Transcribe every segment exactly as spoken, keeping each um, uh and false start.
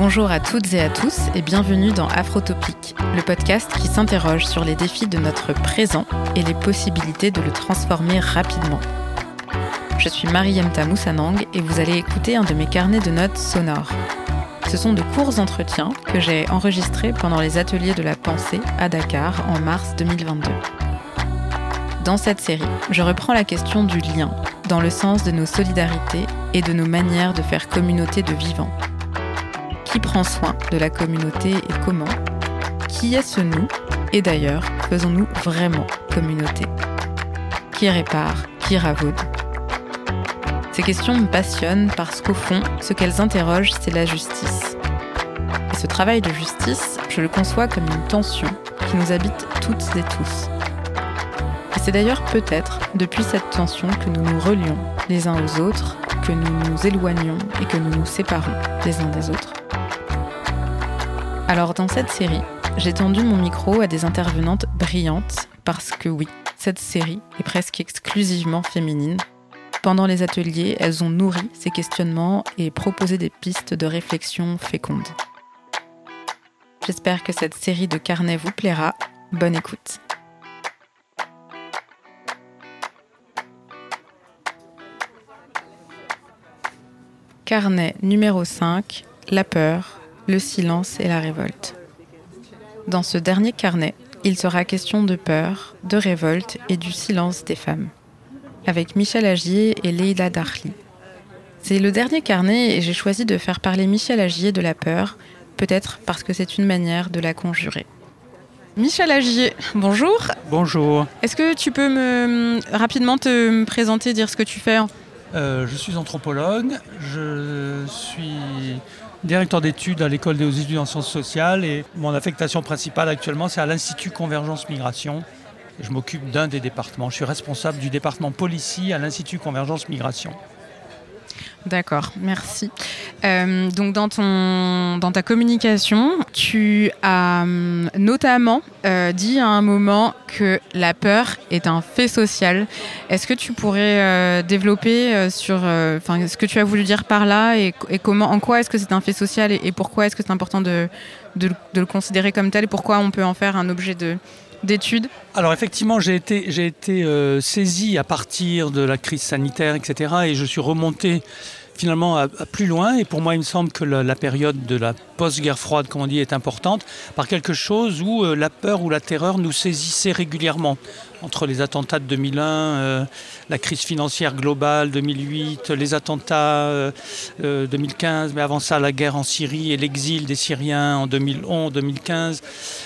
Bonjour à toutes et à tous et bienvenue dans Afrotopique, le podcast qui s'interroge sur les défis de notre présent et les possibilités de le transformer rapidement. Je suis Mariemta Moussanang et vous allez écouter un de mes carnets de notes sonores. Ce sont de courts entretiens que j'ai enregistrés pendant les ateliers de la pensée à Dakar en mars deux mille vingt-deux. Dans cette série, je reprends la question du lien, dans le sens de nos solidarités et de nos manières de faire communauté de vivants. Qui prend soin de la communauté et comment ? Qui est ce nous ? Et d'ailleurs, faisons-nous vraiment communauté ? Qui répare ? Qui ravaude ? Ces questions me passionnent parce qu'au fond, ce qu'elles interrogent, c'est la justice. Et ce travail de justice, je le conçois comme une tension qui nous habite toutes et tous. Et c'est d'ailleurs peut-être depuis cette tension que nous nous relions les uns aux autres, que nous nous éloignons et que nous nous séparons les uns des autres. Alors dans cette série, j'ai tendu mon micro à des intervenantes brillantes parce que oui, cette série est presque exclusivement féminine. Pendant les ateliers, elles ont nourri ces questionnements et proposé des pistes de réflexion fécondes. J'espère que cette série de carnets vous plaira. Bonne écoute. Carnet numéro cinq, la peur, le silence et la révolte. Dans ce dernier carnet, il sera question de peur, de révolte et du silence des femmes. Avec Michel Agier et Leïla Darli. C'est le dernier carnet et j'ai choisi de faire parler Michel Agier de la peur, peut-être parce que c'est une manière de la conjurer. Michel Agier, bonjour. Bonjour. Est-ce que tu peux me rapidement te présenter, dire ce que tu fais ? Euh, je suis anthropologue, je suis directeur d'études à l'école des hautes études en sciences sociales et mon affectation principale actuellement c'est à l'Institut Convergence Migration. Je m'occupe d'un des départements, je suis responsable du département Policy à l'Institut Convergence Migration. D'accord, merci. Euh, donc dans, ton, dans ta communication, tu as notamment euh, dit à un moment que la peur est un fait social. Est-ce que tu pourrais euh, développer euh, sur euh, ce que tu as voulu dire par là et, et comment, en quoi est-ce que c'est un fait social et, et pourquoi est-ce que c'est important de, de, de le considérer comme tel et pourquoi on peut en faire un objet de... d'études ? Alors effectivement, j'ai été, j'ai été euh, saisi à partir de la crise sanitaire, et cetera. Et je suis remonté finalement à, à plus loin. Et pour moi, il me semble que la, la période de la post-guerre froide, comme on dit, est importante par quelque chose où euh, la peur ou la terreur nous saisissait régulièrement. Entre les attentats de deux mille un, euh, la crise financière globale deux mille huit, les attentats euh, euh, deux mille quinze, mais avant ça, la guerre en Syrie et l'exil des Syriens en deux mille onze deux mille quinze.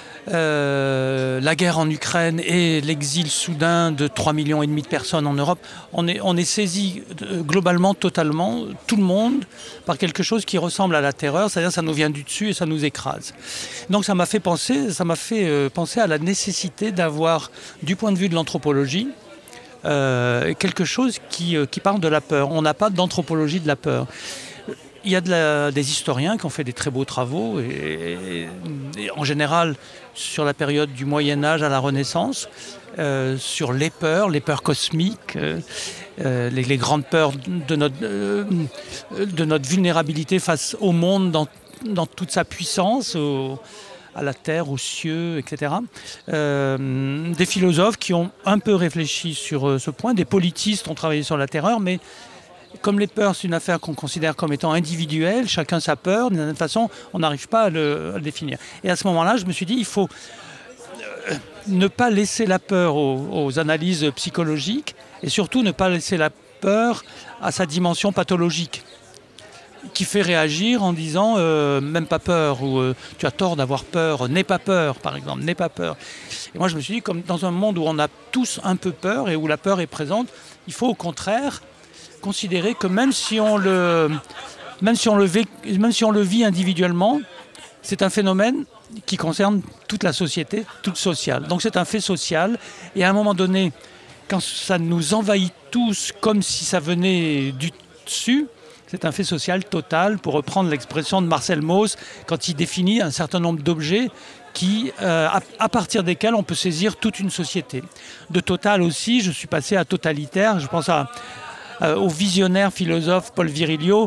Euh, la guerre en Ukraine et l'exil soudain de trois virgule cinq millions de personnes en Europe, on est, on est saisi euh, globalement, totalement, tout le monde, par quelque chose qui ressemble à la terreur, c'est-à-dire ça nous vient du dessus et ça nous écrase. Donc ça m'a fait penser, ça m'a fait euh, penser à la nécessité d'avoir, du point de vue de l'anthropologie, euh, quelque chose qui, euh, qui parle de la peur. On n'a pas d'anthropologie de la peur. Il y a de la, des historiens qui ont fait des très beaux travaux, et, et, et en général sur la période du Moyen-Âge à la Renaissance, euh, sur les peurs, les peurs cosmiques, euh, euh, les, les grandes peurs de notre, euh, de notre vulnérabilité face au monde dans, dans toute sa puissance, au, à la terre, aux cieux, et cetera. Euh, des philosophes qui ont un peu réfléchi sur ce point, des politistes ont travaillé sur la terreur, mais comme les peurs, c'est une affaire qu'on considère comme étant individuelle, chacun sa peur, d'une certaine façon, on n'arrive pas à le, à le définir. Et à ce moment-là, je me suis dit, il faut euh, ne pas laisser la peur aux, aux analyses psychologiques et surtout ne pas laisser la peur à sa dimension pathologique, qui fait réagir en disant euh, même pas peur ou euh, tu as tort d'avoir peur, n'aie pas peur par exemple, n'aie pas peur. Et moi je me suis dit, comme dans un monde où on a tous un peu peur et où la peur est présente, il faut au contraire considérer que même si on le, même si on le vit, même si on le vit individuellement, c'est un phénomène qui concerne toute la société, toute sociale. Donc c'est un fait social et à un moment donné, quand ça nous envahit tous comme si ça venait du dessus, c'est un fait social total, pour reprendre l'expression de Marcel Mauss, quand il définit un certain nombre d'objets qui, euh, à, à partir desquels on peut saisir toute une société. De total aussi, je suis passé à totalitaire, je pense à, euh, au visionnaire philosophe Paul Virilio,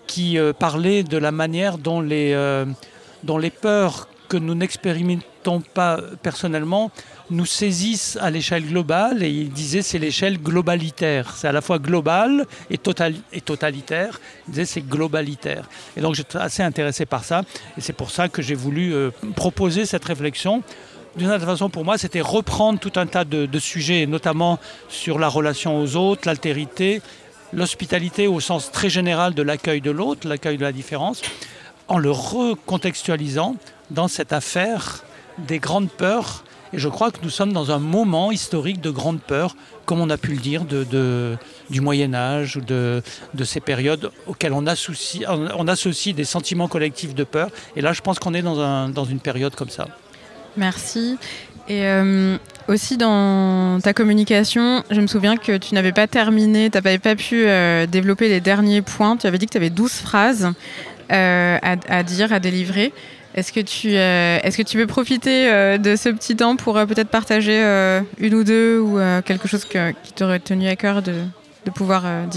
qui euh, parlait de la manière dont les, euh, dont les peurs que nous n'expérimentons pas personnellement nous saisissent à l'échelle globale, et il disait c'est l'échelle globalitaire, c'est à la fois global et, total, et totalitaire, il disait c'est globalitaire. Et donc j'étais assez intéressé par ça, et c'est pour ça que j'ai voulu euh, proposer cette réflexion. D'une certaine façon, pour moi, c'était reprendre tout un tas de, de sujets, notamment sur la relation aux autres, l'altérité, l'hospitalité au sens très général de l'accueil de l'autre, l'accueil de la différence, en le recontextualisant dans cette affaire des grandes peurs. Et je crois que nous sommes dans un moment historique de grande peur, comme on a pu le dire, de, de, du Moyen-Âge, ou de, de ces périodes auxquelles on associe, on associe des sentiments collectifs de peur. Et là, je pense qu'on est dans, un, dans une période comme ça. Merci. Et euh, aussi dans ta communication, je me souviens que tu n'avais pas terminé, tu n'avais pas pu euh, développer les derniers points. Tu avais dit que tu avais douze phrases euh, à, à dire, à délivrer. Est-ce que tu, euh, est-ce que tu veux profiter euh, de ce petit temps pour euh, peut-être partager euh, une ou deux ou euh, quelque chose que, qui t'aurait tenu à cœur de, de pouvoir euh, dire ?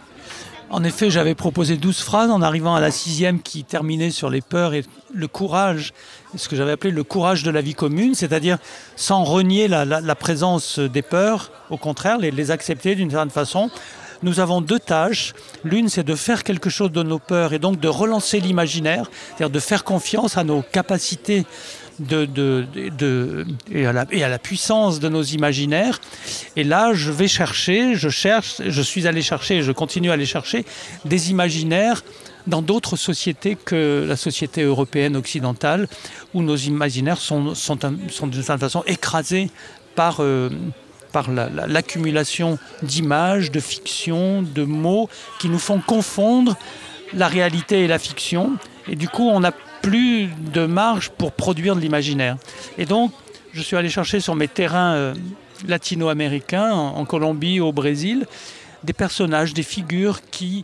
En effet, j'avais proposé douze phrases en arrivant à la sixième qui terminait sur les peurs et le courage, ce que j'avais appelé le courage de la vie commune, c'est-à-dire sans renier la, la, la présence des peurs, au contraire, les, les accepter d'une certaine façon. Nous avons deux tâches. L'une, c'est de faire quelque chose de nos peurs et donc de relancer l'imaginaire, c'est-à-dire de faire confiance à nos capacités de, de, de, de, et, à la, et à la puissance de nos imaginaires. Et là, je vais chercher, je cherche, je suis allé chercher et je continue à aller chercher des imaginaires dans d'autres sociétés que la société européenne occidentale, où nos imaginaires sont, sont, sont d'une certaine façon écrasés par... Euh, par la, la, l'accumulation d'images, de fictions, de mots qui nous font confondre la réalité et la fiction. Et du coup, on n'a plus de marge pour produire de l'imaginaire. Et donc, je suis allé chercher sur mes terrains euh, latino-américains, en, en Colombie, au Brésil, des personnages, des figures qui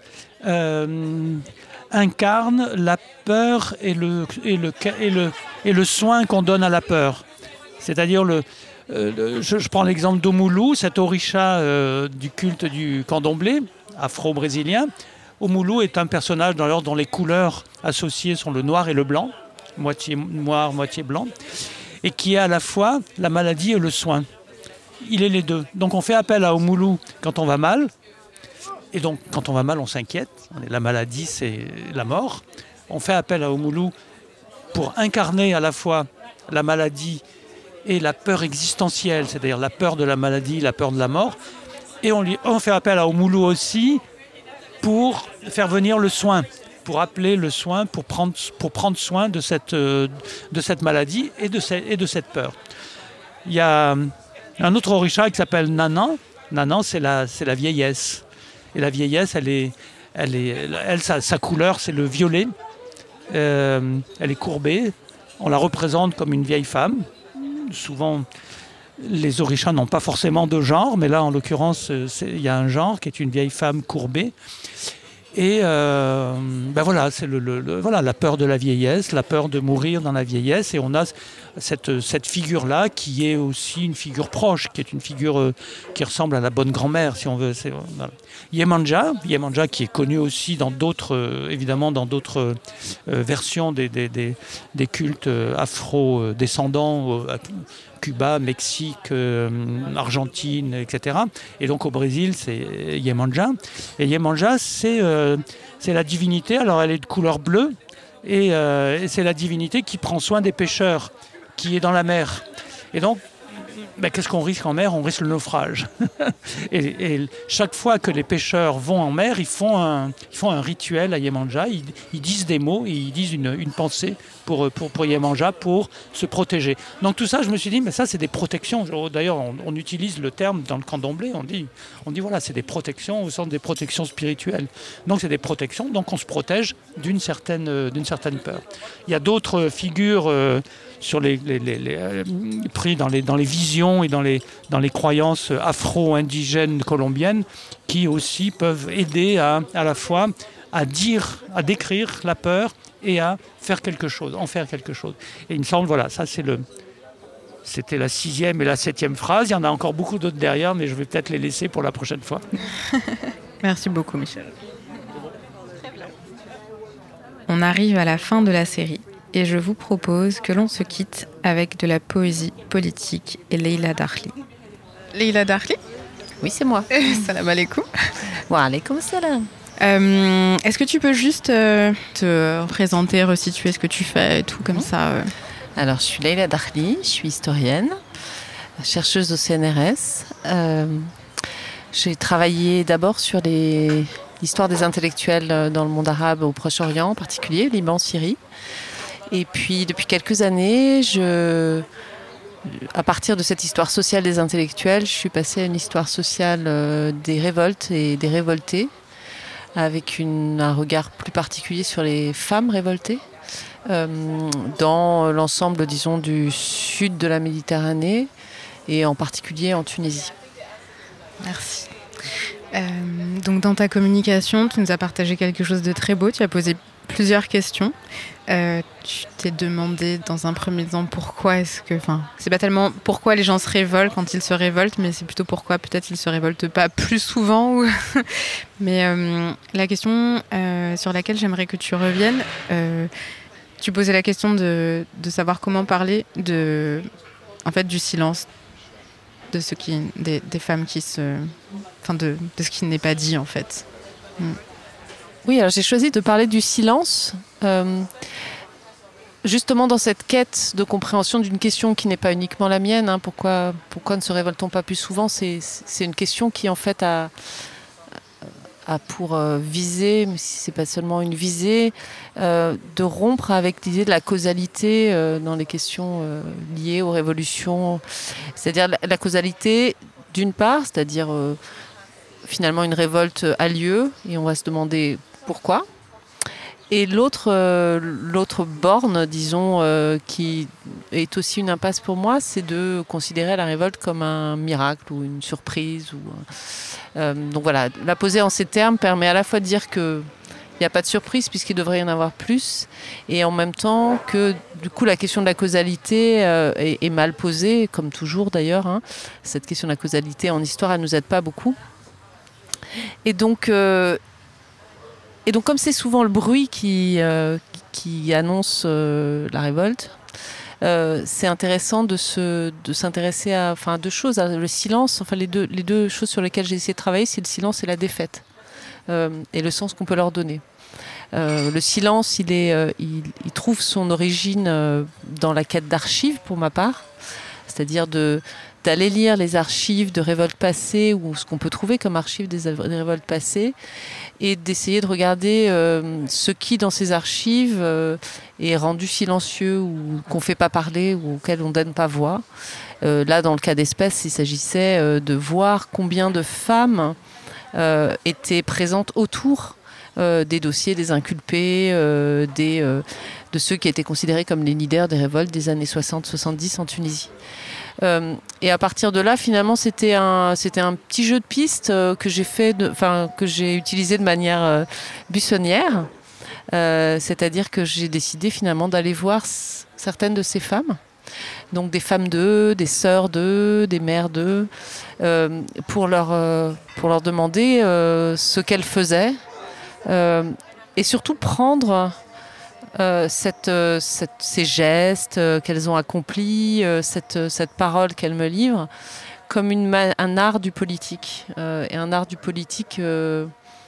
euh, incarnent la peur et le, et, le, et, le, et le soin qu'on donne à la peur. C'est-à-dire le... Euh, je, je prends l'exemple d'Omoulou, cet orisha euh, du culte du candomblé, afro-brésilien. Omoulou est un personnage dans dont les couleurs associées sont le noir et le blanc, moitié noir, moitié blanc, et qui est à la fois la maladie et le soin. Il est les deux. Donc on fait appel à Omoulou quand on va mal, et donc quand on va mal, on s'inquiète. La maladie, c'est la mort. On fait appel à Omoulou pour incarner à la fois la maladie et la peur existentielle, c'est-à-dire la peur de la maladie, la peur de la mort. Et on, lui, on fait appel à Omoulou aussi pour faire venir le soin, pour appeler le soin, pour prendre, pour prendre soin de cette, de cette maladie et de, cette, et de cette peur. Il y a un autre orisha qui s'appelle Nanan. Nanan, c'est la, c'est la vieillesse. Et la vieillesse, elle est, elle est, elle, sa, sa couleur, c'est le violet. Euh, elle est courbée. On la représente comme une vieille femme. Souvent, les orishas n'ont pas forcément de genre, mais là, en l'occurrence, il y a un genre qui est une vieille femme courbée. Et euh, ben voilà, c'est le, le, le, voilà, la peur de la vieillesse, la peur de mourir dans la vieillesse. Et on a cette, cette figure-là qui est aussi une figure proche, qui est une figure euh, qui ressemble à la bonne grand-mère, si on veut. C'est, voilà. Yemanja, Yemanja qui est connu aussi dans d'autres, euh, évidemment dans d'autres euh, versions des, des, des, des cultes euh, afro-descendants, euh, Cuba, Mexique, euh, Argentine, et cetera. Et donc au Brésil, c'est Yemanja. Et Yemanja, c'est, euh, c'est la divinité, alors elle est de couleur bleue, et, euh, et c'est la divinité qui prend soin des pêcheurs, qui est dans la mer. Et donc, ben, qu'est-ce qu'on risque en mer ? On risque le naufrage. et, et chaque fois que les pêcheurs vont en mer, ils font un, ils font un rituel à Yemanja, ils, ils disent des mots, et ils disent une, une pensée pour, pour, pour Yemanja, pour se protéger. Donc tout ça, je me suis dit, mais ça c'est des protections. D'ailleurs, on, on utilise le terme dans le candomblé, on dit, on dit voilà, c'est des protections au sens des protections spirituelles. Donc c'est des protections, donc on se protège d'une certaine, d'une certaine peur. Il y a d'autres figures euh, sur les, les, les, les euh, pris dans les, dans les visions et dans les, dans les croyances afro-indigènes colombiennes qui aussi peuvent aider à, à la fois à dire, à décrire la peur et à faire quelque chose, en faire quelque chose. Et il me semble, voilà, ça c'est le, c'était la sixième et la septième phrase. Il y en a encore beaucoup d'autres derrière, mais je vais peut-être les laisser pour la prochaine fois. Merci beaucoup, Michel. on arrive à la fin de la série et je vous propose que l'on se quitte avec de la poésie politique et Leila Darli. Leila Darli ? Oui, c'est moi. Salam alaikum. Wa alaikum salam. Euh, est-ce que tu peux juste euh, te présenter, resituer ce que tu fais et tout comme mmh. ça euh... Alors, je suis Leila Darli, je suis historienne, chercheuse au C N R S. Euh, j'ai travaillé d'abord sur les, l'histoire des intellectuels dans le monde arabe au Proche-Orient, en particulier, Liban, Syrie. Et puis, depuis quelques années, je, à partir de cette histoire sociale des intellectuels, je suis passée à une histoire sociale euh, des révoltes et des révoltés, avec une, un regard plus particulier sur les femmes révoltées. Euh, dans l'ensemble, disons, du sud de la Méditerranée et en particulier en Tunisie. Merci. Euh, donc dans ta communication, tu nous as partagé quelque chose de très beau. Tu as posé plusieurs questions. Euh, tu t'es demandé dans un premier temps pourquoi est-ce que... Enfin, c'est pas tellement pourquoi les gens se révoltent quand ils se révoltent, mais c'est plutôt pourquoi peut-être ils se révoltent pas plus souvent. Ou... mais euh, la question euh, sur laquelle j'aimerais que tu reviennes... Euh, Tu posais la question de, de savoir comment parler de, en fait, du silence de ce qui, des, des femmes qui se, enfin de, de ce qui n'est pas dit en fait. Mm. Oui, alors j'ai choisi de parler du silence, euh, justement dans cette quête de compréhension d'une question qui n'est pas uniquement la mienne. Hein, pourquoi, pourquoi ne se révoltons pas plus souvent ? C'est, c'est une question qui en fait a a pour euh, viser, mais si c'est pas seulement une visée, euh, de rompre avec l'idée de la causalité euh, dans les questions euh, liées aux révolutions. C'est-à-dire la, la causalité, d'une part, c'est-à-dire euh, finalement une révolte a lieu et on va se demander pourquoi. Et l'autre, euh, l'autre borne, disons, euh, qui est aussi une impasse pour moi, c'est de considérer la révolte comme un miracle ou une surprise. Ou, euh, donc voilà, la poser en ces termes permet à la fois de dire qu'il n'y a pas de surprise puisqu'il devrait y en avoir plus, et en même temps que du coup la question de la causalité euh, est, est mal posée, comme toujours d'ailleurs. Hein. Cette question de la causalité en histoire, elle ne nous aide pas beaucoup. Et donc... Euh, Et donc, comme c'est souvent le bruit qui, euh, qui annonce euh, la révolte, euh, c'est intéressant de, se, de s'intéresser à, enfin, à deux choses. À le silence, enfin, les deux, les deux choses sur lesquelles j'ai essayé de travailler, c'est le silence et la défaite, euh, et le sens qu'on peut leur donner. Euh, le silence, il, est, euh, il, il trouve son origine euh, dans la quête d'archives, pour ma part, c'est-à-dire de... d'aller lire les archives de révoltes passées ou ce qu'on peut trouver comme archives des, des révoltes passées et d'essayer de regarder euh, ce qui dans ces archives euh, est rendu silencieux ou qu'on ne fait pas parler ou auquel on ne donne pas voix. Euh, là, dans le cas d'espèce, il s'agissait euh, de voir combien de femmes euh, étaient présentes autour euh, des dossiers des inculpés, euh, des, euh, de ceux qui étaient considérés comme les leaders des révoltes des années soixante soixante-dix en Tunisie. Euh, et à partir de là, finalement, c'était un, c'était un petit jeu de piste euh, que j'ai fait, de, enfin que j'ai utilisé de manière euh, buissonnière. Euh, c'est-à-dire que j'ai décidé finalement d'aller voir s- certaines de ces femmes, donc des femmes d'eux, des sœurs d'eux, des mères d'eux, euh, pour leur euh, pour leur demander euh, ce qu'elles faisaient euh, et surtout prendre Euh, cette, euh, cette, ces gestes euh, qu'elles ont accomplis, euh, cette, cette parole qu'elles me livrent, comme une ma- un art du politique. Euh, et un art du politique, euh,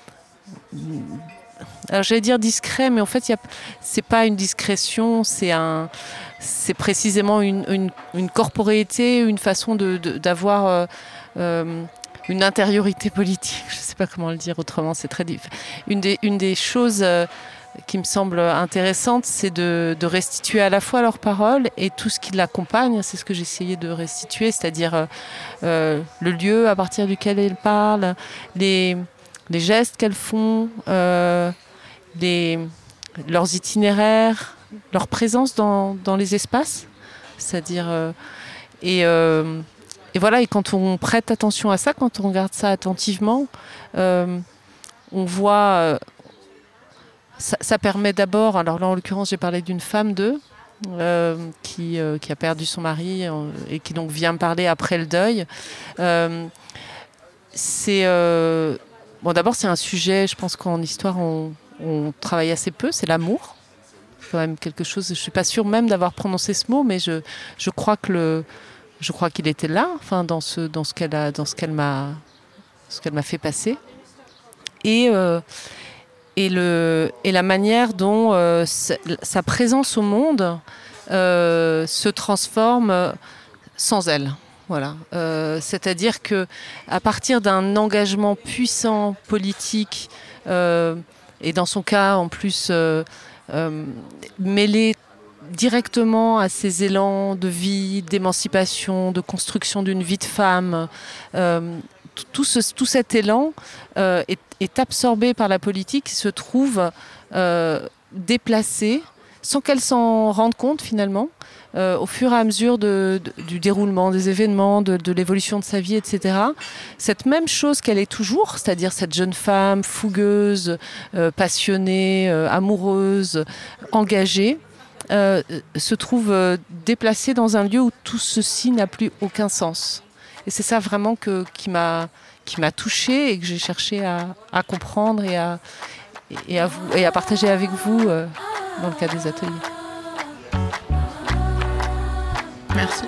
alors j'allais dire discret, mais en fait, y a, c'est pas une discrétion, c'est, un, c'est précisément une, une, une corporéité, une façon de, de, d'avoir euh, euh, une intériorité politique. Je sais pas comment le dire autrement, c'est très difficile. Une des, une des choses... Euh, qui me semble intéressante, c'est de, de restituer à la fois leurs paroles et tout ce qui l'accompagne. C'est ce que j'essayais de restituer, c'est-à-dire euh, le lieu à partir duquel elles parlent, les, les gestes qu'elles font, euh, les, leurs itinéraires, leur présence dans, dans les espaces. C'est-à-dire... Euh, et, euh, et voilà, et quand on prête attention à ça, quand on regarde ça attentivement, euh, on voit... Euh, Ça, ça permet d'abord, alors là en l'occurrence j'ai parlé d'une femme d'eux euh, qui, euh, qui a perdu son mari euh, et qui donc vient me parler après le deuil. Euh, c'est, euh, bon, d'abord c'est un sujet, je pense qu'en histoire on, on travaille assez peu, c'est l'amour. quand même quelque chose. Je suis pas sûre même d'avoir prononcé ce mot, mais je, je crois que le, je crois qu'il était là, enfin dans ce, dans ce qu'elle a, dans ce qu'elle m'a, ce qu'elle m'a fait passer. Et euh, et le et la manière dont euh, sa présence au monde euh, se transforme sans elle. Voilà. Euh, c'est-à-dire que à partir d'un engagement puissant politique euh, et dans son cas en plus euh, euh, mêlé directement à ces élans de vie, d'émancipation, de construction d'une vie de femme, euh, tout, ce, tout cet élan euh, est, est absorbé par la politique, se trouve euh, déplacé sans qu'elle s'en rende compte finalement. Euh, au fur et à mesure de, de, du déroulement des événements, de, de l'évolution de sa vie, et cetera. Cette même chose qu'elle est toujours, c'est-à-dire cette jeune femme fougueuse, euh, passionnée, euh, amoureuse, engagée, euh, se trouve euh, déplacée dans un lieu où tout ceci n'a plus aucun sens. Et c'est ça vraiment que, qui m'a, qui m'a touchée et que j'ai cherché à, à comprendre et à, et, à vous, et à partager avec vous euh, dans le cadre des ateliers. Merci.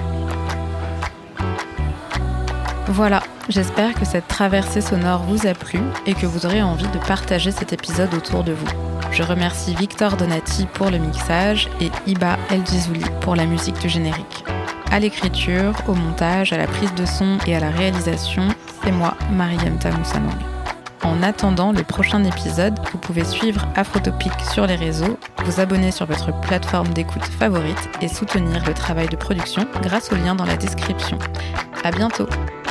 Voilà, j'espère que cette traversée sonore vous a plu et que vous aurez envie de partager cet épisode autour de vous. Je remercie Victor Donati pour le mixage et Iba El Gizouli pour la musique du générique. À l'écriture, au montage, à la prise de son et à la réalisation, c'est moi, Marie-Yem Tamus. En attendant le prochain épisode, vous pouvez suivre Afrotopic sur les réseaux, vous abonner sur votre plateforme d'écoute favorite et soutenir le travail de production grâce au lien dans la description. À bientôt!